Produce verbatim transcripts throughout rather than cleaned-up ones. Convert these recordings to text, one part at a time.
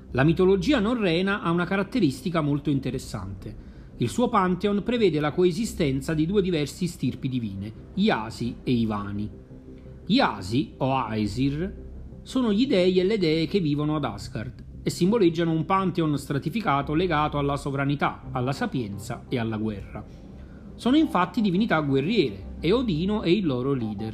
La mitologia norrena ha una caratteristica molto interessante. Il suo pantheon prevede la coesistenza di due diversi stirpi divine, gli Asi e i Vani. Gli Asi, o Aesir, sono gli dei e le dee che vivono ad Asgard e simboleggiano un pantheon stratificato legato alla sovranità, alla sapienza e alla guerra. Sono infatti divinità guerriere e Odino è il loro leader.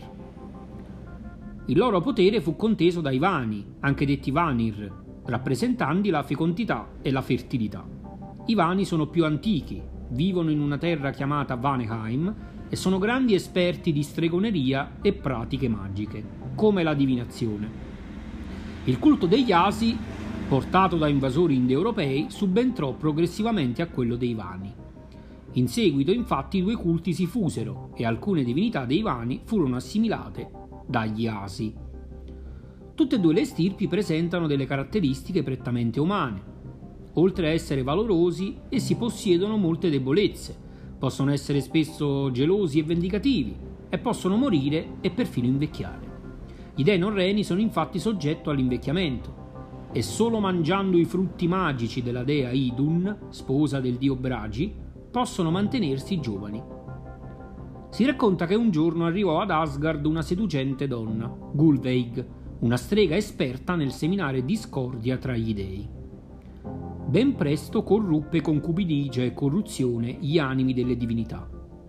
Il loro potere fu conteso dai Vani, anche detti Vanir, rappresentanti la fecondità e la fertilità. I Vani sono più antichi, vivono in una terra chiamata Vaneheim e sono grandi esperti di stregoneria e pratiche magiche, come la divinazione. Il culto degli Asi, portato da invasori indoeuropei, subentrò progressivamente a quello dei Vani. In seguito, infatti, i due culti si fusero e alcune divinità dei Vani furono assimilate dagli Asi. Tutte e due le stirpi presentano delle caratteristiche prettamente umane. Oltre a essere valorosi, essi possiedono molte debolezze, possono essere spesso gelosi e vendicativi, e possono morire e perfino invecchiare. Gli dei norreni sono infatti soggetti all'invecchiamento, e solo mangiando i frutti magici della dea Idun, sposa del dio Bragi, possono mantenersi giovani. Si racconta che un giorno arrivò ad Asgard una seducente donna, Gulveig, una strega esperta nel seminare discordia tra gli dei. Ben presto corruppe con cupidigia e corruzione gli animi delle divinità,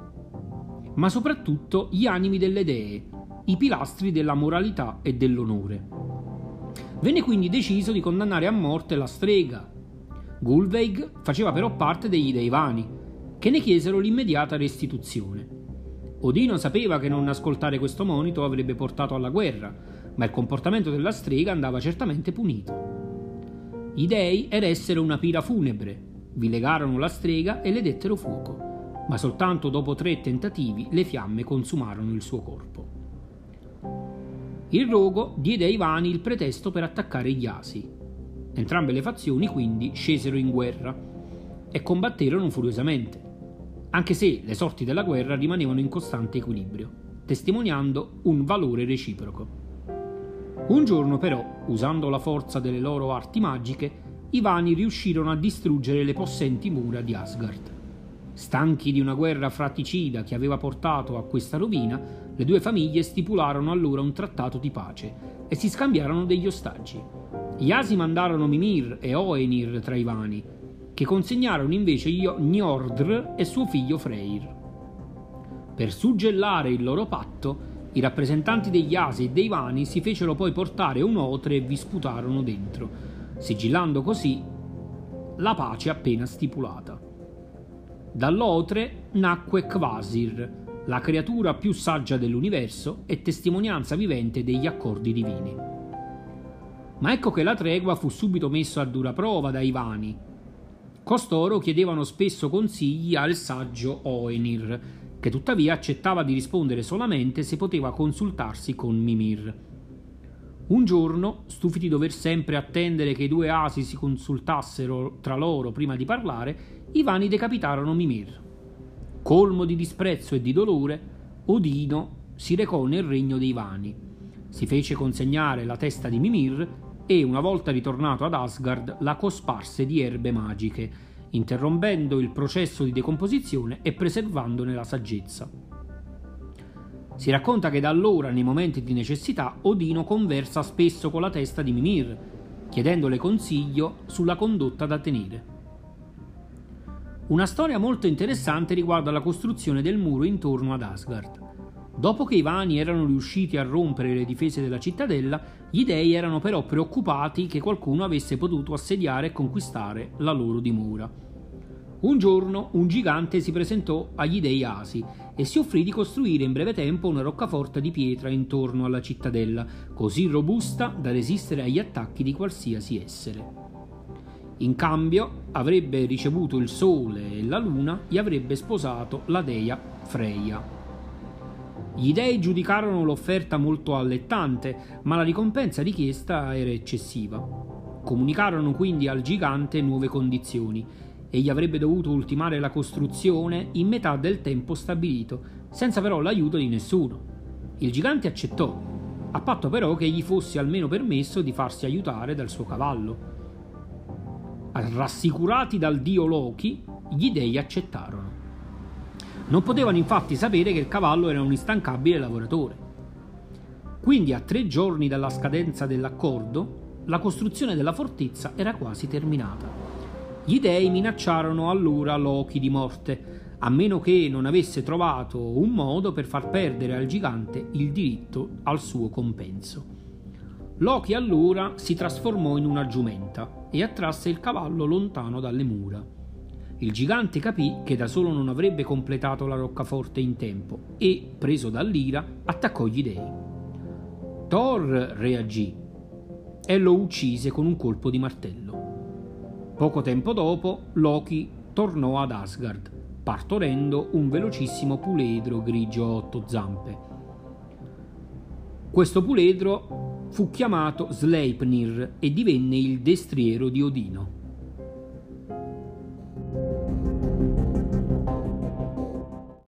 ma soprattutto gli animi delle dee, i pilastri della moralità e dell'onore. Venne quindi deciso di condannare a morte la strega. Gulveig faceva però parte degli dei Vani, che ne chiesero l'immediata restituzione. Odino sapeva che non ascoltare questo monito avrebbe portato alla guerra, ma il comportamento della strega andava certamente punito. Gli dei eressero una pira funebre, vi legarono la strega e le dettero fuoco, ma soltanto dopo tre tentativi le fiamme consumarono il suo corpo. Il rogo diede ai Vani il pretesto per attaccare gli Asi. Entrambe le fazioni quindi scesero in guerra e combatterono furiosamente, anche se le sorti della guerra rimanevano in costante equilibrio, testimoniando un valore reciproco. Un giorno però, usando la forza delle loro arti magiche, i Vani riuscirono a distruggere le possenti mura di Asgard. Stanchi di una guerra fratricida che aveva portato a questa rovina, le due famiglie stipularono allora un trattato di pace e si scambiarono degli ostaggi. Gli Asi mandarono Mimir e Oenir tra i Vani, che consegnarono invece Njordr e suo figlio Freyr. Per suggellare il loro patto, i rappresentanti degli Asi e dei Vani si fecero poi portare un otre e vi sputarono dentro, sigillando così la pace appena stipulata. Dall'otre nacque Kvasir, la creatura più saggia dell'universo e testimonianza vivente degli accordi divini. Ma ecco che la tregua fu subito messa a dura prova dai Vani. Costoro chiedevano spesso consigli al saggio Oenir, che tuttavia accettava di rispondere solamente se poteva consultarsi con Mimir. Un giorno, stufi di dover sempre attendere che i due Asi si consultassero tra loro prima di parlare, i Vani decapitarono Mimir. Colmo di disprezzo e di dolore, Odino si recò nel regno dei Vani, si fece consegnare la testa di Mimir e, una volta ritornato ad Asgard, la cosparse di erbe magiche, interrompendo il processo di decomposizione e preservandone la saggezza. Si racconta che da allora, nei momenti di necessità, Odino conversa spesso con la testa di Mimir, chiedendole consiglio sulla condotta da tenere. Una storia molto interessante riguarda la costruzione del muro intorno ad Asgard. Dopo che i Vani erano riusciti a rompere le difese della cittadella, gli dei erano però preoccupati che qualcuno avesse potuto assediare e conquistare la loro dimora. Un giorno un gigante si presentò agli dei Asi e si offrì di costruire in breve tempo una roccaforte di pietra intorno alla cittadella, così robusta da resistere agli attacchi di qualsiasi essere. In cambio avrebbe ricevuto il sole e la luna, gli avrebbe sposato la dea Freya. Gli dei giudicarono l'offerta molto allettante, ma la ricompensa richiesta era eccessiva. Comunicarono quindi al gigante nuove condizioni. Egli avrebbe dovuto ultimare la costruzione in metà del tempo stabilito, senza però l'aiuto di nessuno. Il gigante accettò, a patto però che gli fosse almeno permesso di farsi aiutare dal suo cavallo. Rassicurati dal dio Loki, gli dei accettarono. Non potevano infatti sapere che il cavallo era un instancabile lavoratore. Quindi, a tre giorni dalla scadenza dell'accordo, la costruzione della fortezza era quasi terminata. Gli dei minacciarono allora Loki di morte, a meno che non avesse trovato un modo per far perdere al gigante il diritto al suo compenso. Loki allora si trasformò in una giumenta e attrasse il cavallo lontano dalle mura. Il gigante capì che da solo non avrebbe completato la roccaforte in tempo e, preso dall'ira, attaccò gli dei. Thor reagì e lo uccise con un colpo di martello. Poco tempo dopo Loki tornò ad Asgard, partorendo un velocissimo puledro grigio a otto zampe. Questo puledro fu chiamato Sleipnir e divenne il destriero di Odino.